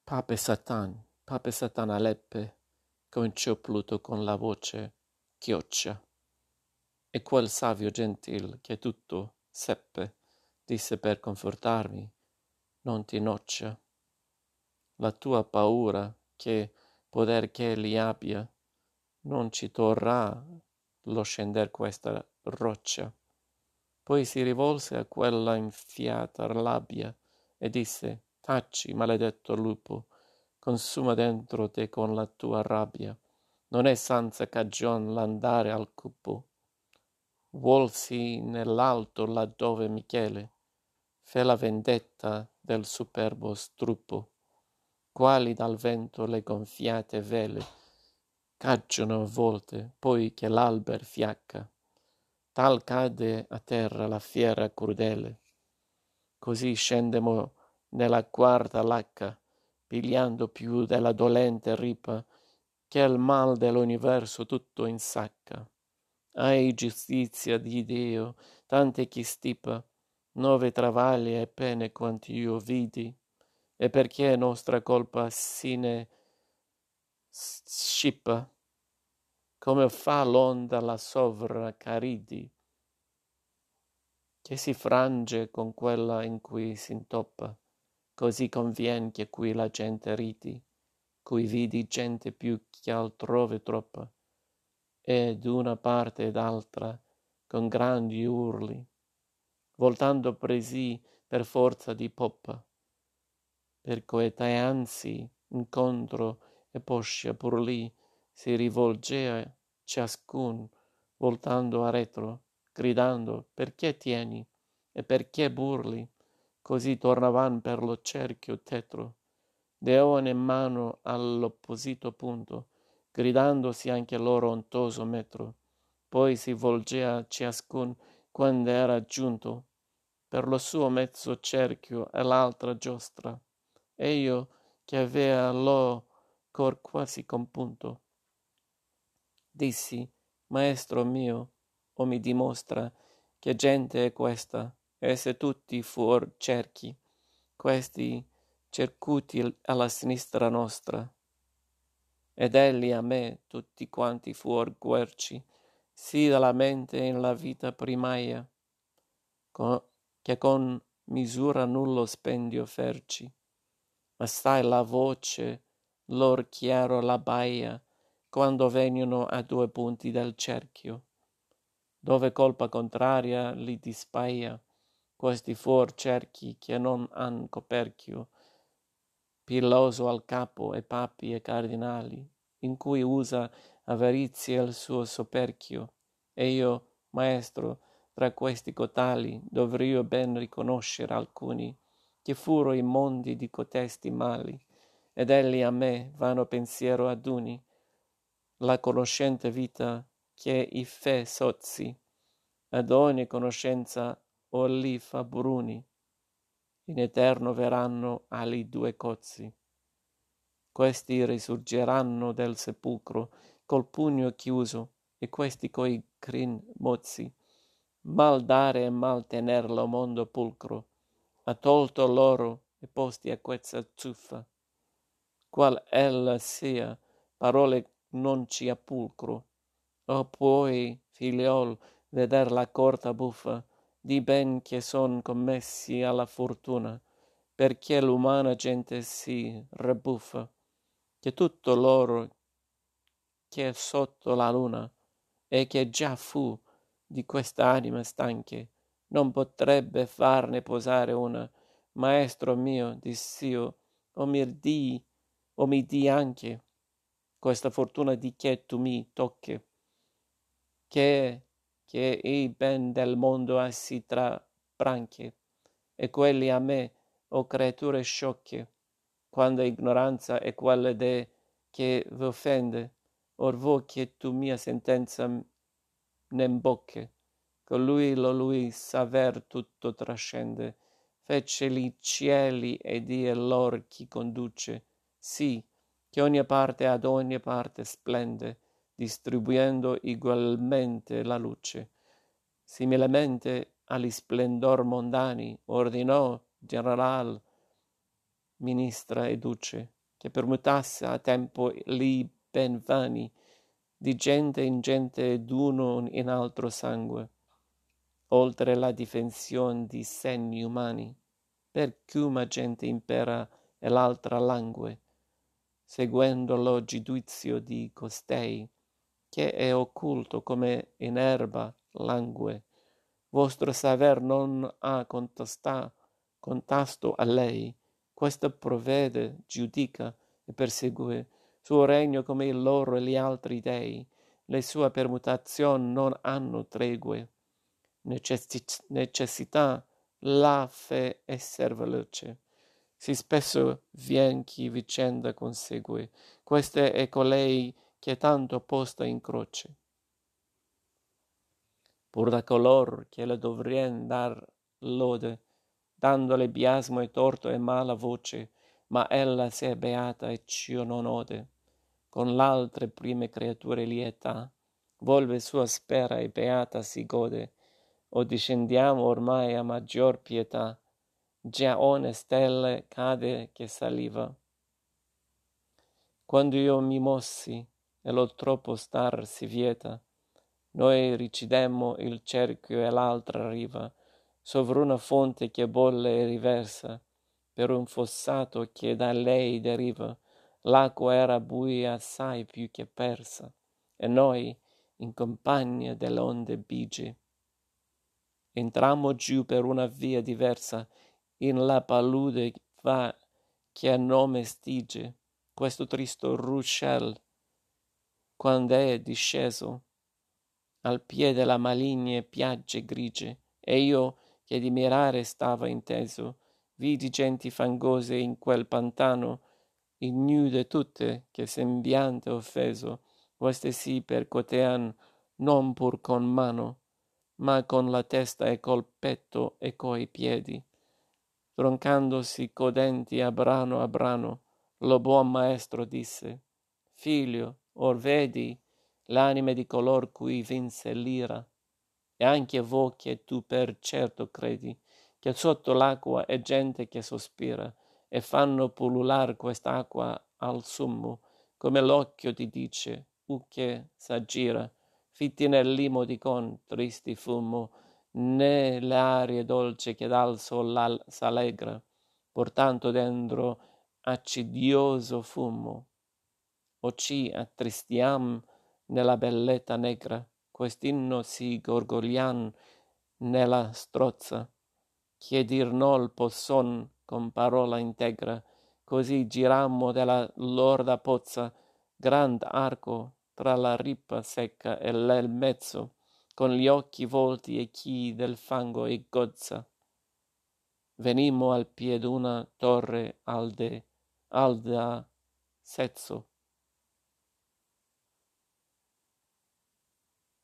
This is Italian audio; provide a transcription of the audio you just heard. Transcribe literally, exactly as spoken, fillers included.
Pape Satan, Pape Satan Aleppe, cominciò Pluto con la voce chioccia. E quel savio gentil che tutto seppe, disse per confortarmi, non ti noccia. La tua paura, che poter che li abbia, non ci torrà lo scender questa roccia. Poi si rivolse a quella infiata labbia e disse: taci, maledetto lupo, consuma dentro te con la tua rabbia. Non è senza cagion l'andare al cupo. Vuolsi nell'alto laddove Michele fe la vendetta del superbo struppo, quali dal vento le gonfiate vele cagiono a volte, poi che l'alber fiacca, tal cade a terra la fiera crudele. Così scendemo nella quarta lacca, pigliando più della dolente ripa, che il mal dell'universo tutto insacca. Hai giustizia di Dio, tante chi stipa, nove travagli e pene quanti io vidi, e perché nostra colpa si ne scippa, come fa l'onda la sovra Caridi, che si frange con quella in cui s'intoppa, così convien che qui la gente ridi, cui vidi gente più che altrove troppa, e d'una parte ed altra, con grandi urli, voltando presi per forza di poppa, per coetanzi incontro e poscia pur lì si rivolgea ciascun, voltando a retro, gridando perché tieni e perché burli, così tornavan per lo cerchio tetro, leone in mano all'opposito punto, gridandosi anche loro ontoso metro. Poi si volgea ciascun quando era giunto per lo suo mezzo cerchio e l'altra giostra, e io che avea lo cor quasi compunto, dissi: maestro mio, o mi dimostra che gente è questa, e se tutti fuor cerchi, questi cercuti alla sinistra nostra, ed elli a me tutti quanti fuor guerci, sì dalla mente in la vita primaia, con, che con misura nullo spendio ferci, ma stai la voce lor chiaro la baia, quando veniono a due punti del cerchio, dove colpa contraria li dispaia, questi fuor cerchi che non han coperchio, piloso al capo e papi e cardinali, in cui usa avarizia il suo soperchio, e io, maestro, tra questi cotali dovr'io ben riconoscere alcuni, che furo i mondi di cotesti mali, ed elli a me vanno pensiero ad uni, la conoscente vita che i fe sozzi, ad ogni conoscenza o li fa bruni, in eterno verranno ali due cozzi. Questi risurgeranno del sepolcro col pugno chiuso, e questi coi crin mozzi. Mal dare e mal tener lo mondo pulcro, ha tolto loro e posti a quezza zuffa. Qual ella sia, parole non ci ha pulcro. O puoi, figliol, veder la corta buffa di ben che son commessi alla fortuna, perché l'umana gente si rebuffa, che tutto loro che è sotto la luna, e che già fu di questa anima stanche, non potrebbe farne posare una. Maestro mio, diss'io, o mi dii, o mi dii anche questa fortuna di che tu mi tocchi, che, che i ben del mondo assi tra branche, e quelli a me, o creature sciocche, quando ignoranza è quella de che v'offende, or vo che tu mia sentenza ne imbocche, colui lo lui saver tutto trascende, fece li cieli ed ie lor chi conduce, sì, che ogni parte ad ogni parte splende, distribuendo egualmente la luce. Similmente agli splendor mondani ordinò general, ministra e duce, che permutasse a tempo li ben vani, di gente in gente ed uno in altro sangue, oltre la difensione di segni umani, per cuma gente impera e l'altra langue, seguendo lo giudizio di costei, che è occulto come in erba langue. Vostro saver non ha contesta, contasto a lei, questa provvede, giudica e persegue, suo regno come il loro e gli altri dei, le sue permutazioni non hanno tregue, Necessi- necessità, la fe esser veloce. Sì spesso vien chi vicenda consegue, questa è colei che tanto posta in croce. Pur da color che le dovrien dar lode, dandole biasmo e torto e mala voce, ma ella se è beata e cio non ode, con l'altre prime creature lieta, volve sua spera e beata si gode, o discendiamo ormai a maggior pietà, già one stelle cade che saliva. Quando io mi mossi e lo troppo star si vieta, noi ricidemmo il cerchio e l'altra riva, sovra una fonte che bolle e riversa, per un fossato che da lei deriva, l'acqua era buia assai più che persa, e noi, in compagnia delle onde bigie, entrammo giù per una via diversa, in la palude va che a nome stige, questo tristo ruscel, quand'è disceso al piede della maligne piagge grigie, e io, che di mirare stava inteso, vidi genti fangose in quel pantano, ignude tutte, che sembiante offeso, queste sì percotean, non pur con mano, ma con la testa e col petto e coi piedi. Troncandosi codenti a brano a brano, lo buon maestro disse, Figlio, or vedi l'anime di color cui vinse l'ira, e anche vo che tu per certo credi, che sotto l'acqua è gente che sospira, e fanno pullular quest'acqua al summo, come l'occhio ti dice, u che s'aggira, fitti nel limo di con tristi fumo, né le arie dolci che dal sol s'allegra, portando dentro accidioso fumo. O ci attristiam nella bellezza negra, quest'inno si gorgoglian nella strozza, che dir nol posson con parola integra, così girammo della lorda pozza, grand arco tra la rippa secca e l'el mezzo, con gli occhi volti e chi del fango e gozza. Venimmo al pied d'una torre alde, alda sezzo,